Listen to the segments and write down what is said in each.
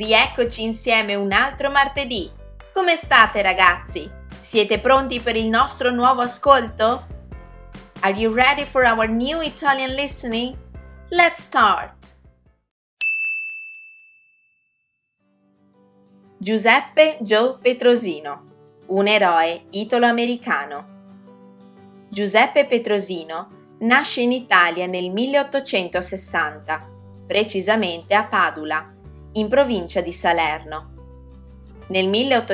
Rieccoci insieme un altro martedì. Come state ragazzi? Siete pronti per il nostro nuovo ascolto? Are you ready for our new Italian listening? Let's start! Giuseppe Joe Petrosino, un eroe italo-americano. Giuseppe Petrosino nasce in Italia nel 1860, precisamente a Padula, in provincia di Salerno. Nel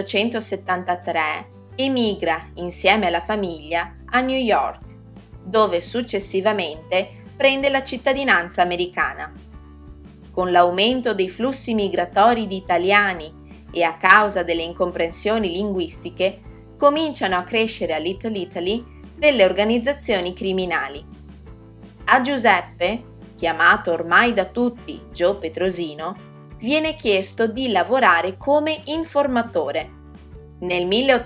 1873 emigra insieme alla famiglia a New York, dove successivamente prende la cittadinanza americana. Con l'aumento dei flussi migratori di italiani e a causa delle incomprensioni linguistiche, cominciano a crescere a Little Italy delle organizzazioni criminali. A Giuseppe, chiamato ormai da tutti Joe Petrosino, viene chiesto di lavorare come informatore. Nel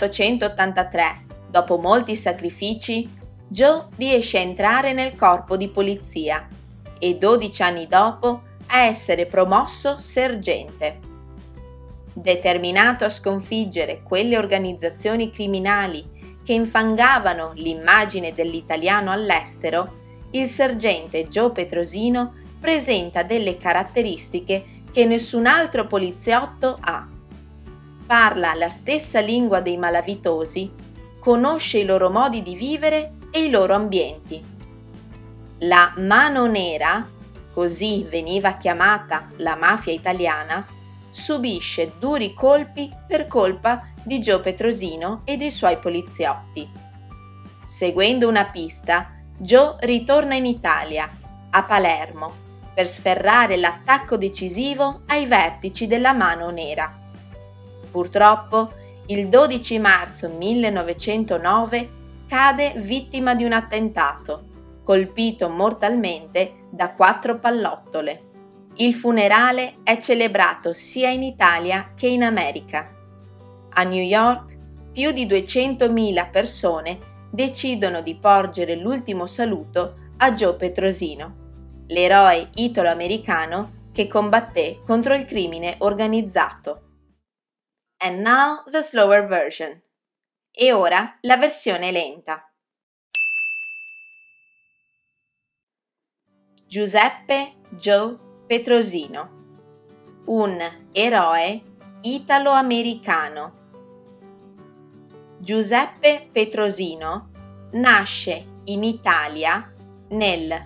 1883, dopo molti sacrifici, Joe riesce a entrare nel corpo di polizia e 12 anni dopo a essere promosso sergente. Determinato a sconfiggere quelle organizzazioni criminali che infangavano l'immagine dell'italiano all'estero, il sergente Joe Petrosino presenta delle caratteristiche che nessun altro poliziotto ha. Parla la stessa lingua dei malavitosi, conosce i loro modi di vivere e i loro ambienti. La mano nera, così veniva chiamata la mafia italiana, subisce duri colpi per colpa di Joe Petrosino e dei suoi poliziotti. Seguendo una pista, Joe ritorna in Italia, a Palermo, per sferrare l'attacco decisivo ai vertici della Mano Nera. Purtroppo, il 12 marzo 1909 cade vittima di un attentato, colpito mortalmente da 4 pallottole. Il funerale è celebrato sia in Italia che in America. A New York, più di 200.000 persone decidono di porgere l'ultimo saluto a Joe Petrosino, l'eroe italo-americano che combatté contro il crimine organizzato. And now the slower version. E ora la versione lenta. Giuseppe Joe Petrosino, un eroe italo-americano. Giuseppe Petrosino nasce in Italia nel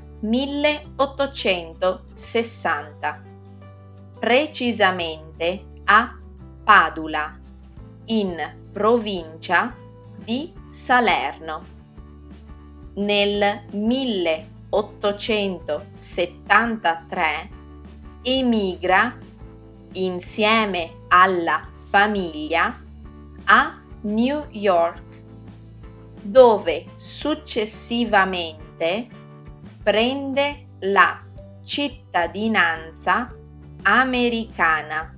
1860, precisamente a Padula, in provincia di Salerno. Nel 1873 emigra insieme alla famiglia a New York, dove successivamente prende la cittadinanza americana.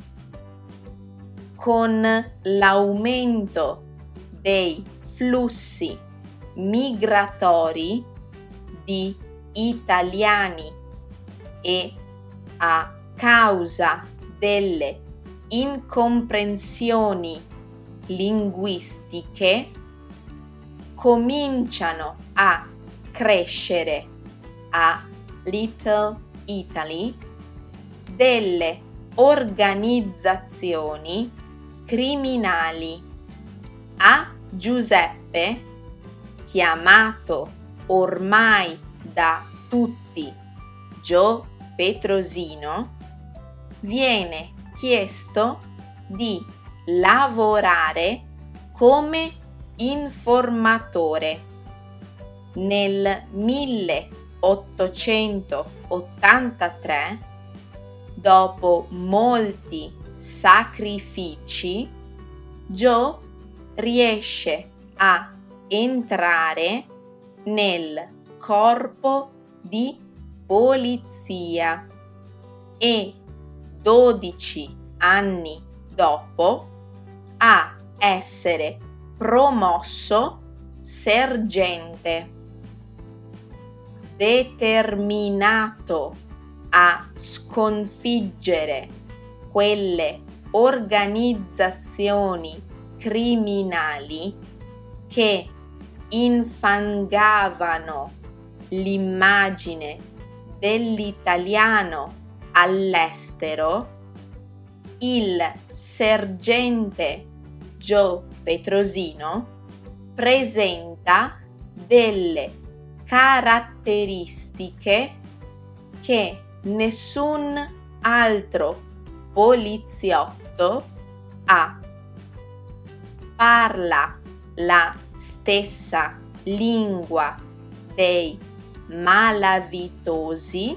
Con l'aumento dei flussi migratori di italiani e a causa delle incomprensioni linguistiche, cominciano a crescere a Little Italy delle organizzazioni criminali. A Giuseppe, chiamato ormai da tutti Joe Petrosino, viene chiesto di lavorare come informatore. Nel 1883, dopo molti sacrifici, Joe riesce a entrare nel corpo di polizia e 12 anni dopo a essere promosso sergente. Determinato a sconfiggere quelle organizzazioni criminali che infangavano l'immagine dell'italiano all'estero, il sergente Joe Petrosino presenta delle caratteristiche che nessun altro poliziotto ha. Parla la stessa lingua dei malavitosi,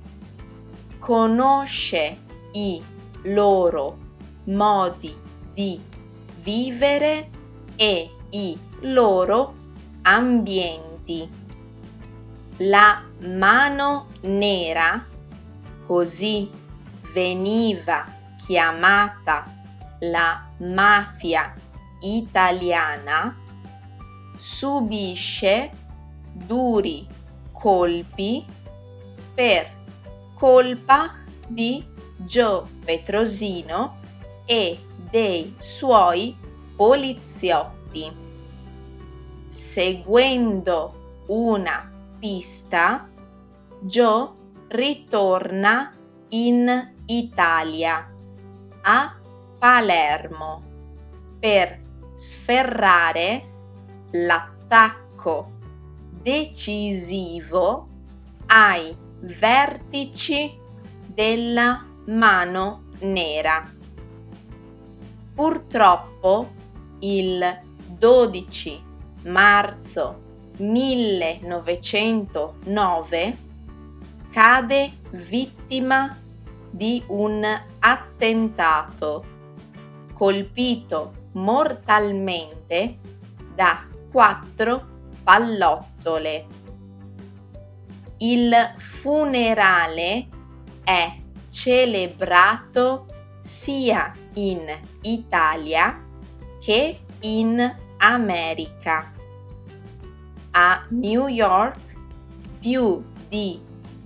conosce i loro modi di vivere e i loro ambienti. La mano nera, così veniva chiamata la mafia italiana, subisce duri colpi per colpa di Joe Petrosino e dei suoi poliziotti. Seguendo una pista, Joe ritorna in Italia, a Palermo, per sferrare l'attacco decisivo ai vertici della mano nera. Purtroppo il 12 marzo 1909 cade vittima di un attentato, colpito mortalmente da 4 pallottole. Il funerale è celebrato sia in Italia che in America. A New York più di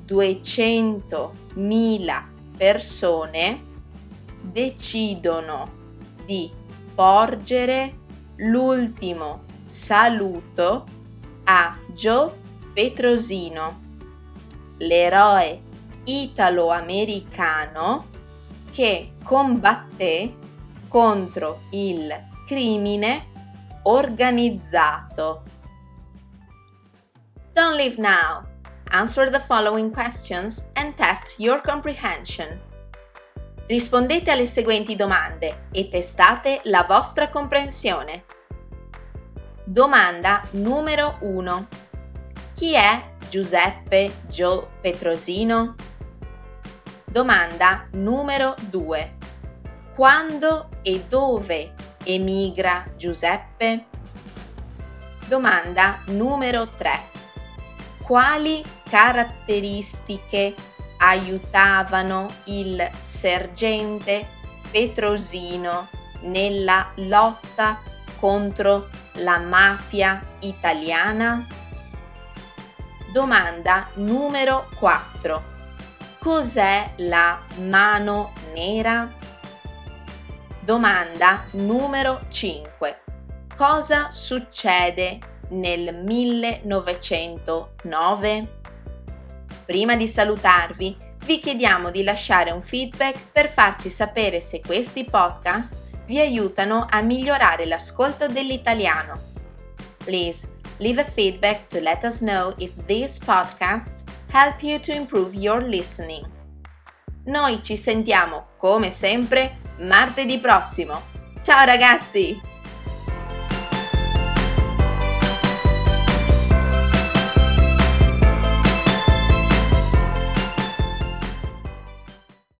200.000 persone decidono di porgere l'ultimo saluto a Joe Petrosino, l'eroe italo-americano che combatté contro il crimine organizzato. Don't leave now. Answer the following questions and test your comprehension. Rispondete alle seguenti domande e testate la vostra comprensione. Domanda numero 1. Chi è Giuseppe Joe Petrosino? Domanda numero 2. Quando e dove emigra Giuseppe? Domanda numero 3. Quali caratteristiche aiutavano il sergente Petrosino nella lotta contro la mafia italiana? Domanda numero 4. Cos'è la mano nera? Domanda numero 5. Cosa succede nel 1909? Prima di salutarvi, vi chiediamo di lasciare un feedback per farci sapere se questi podcast vi aiutano a migliorare l'ascolto dell'italiano. Please leave a feedback to let us know if these podcasts help you to improve your listening. Noi ci sentiamo, come sempre, martedì prossimo. Ciao ragazzi!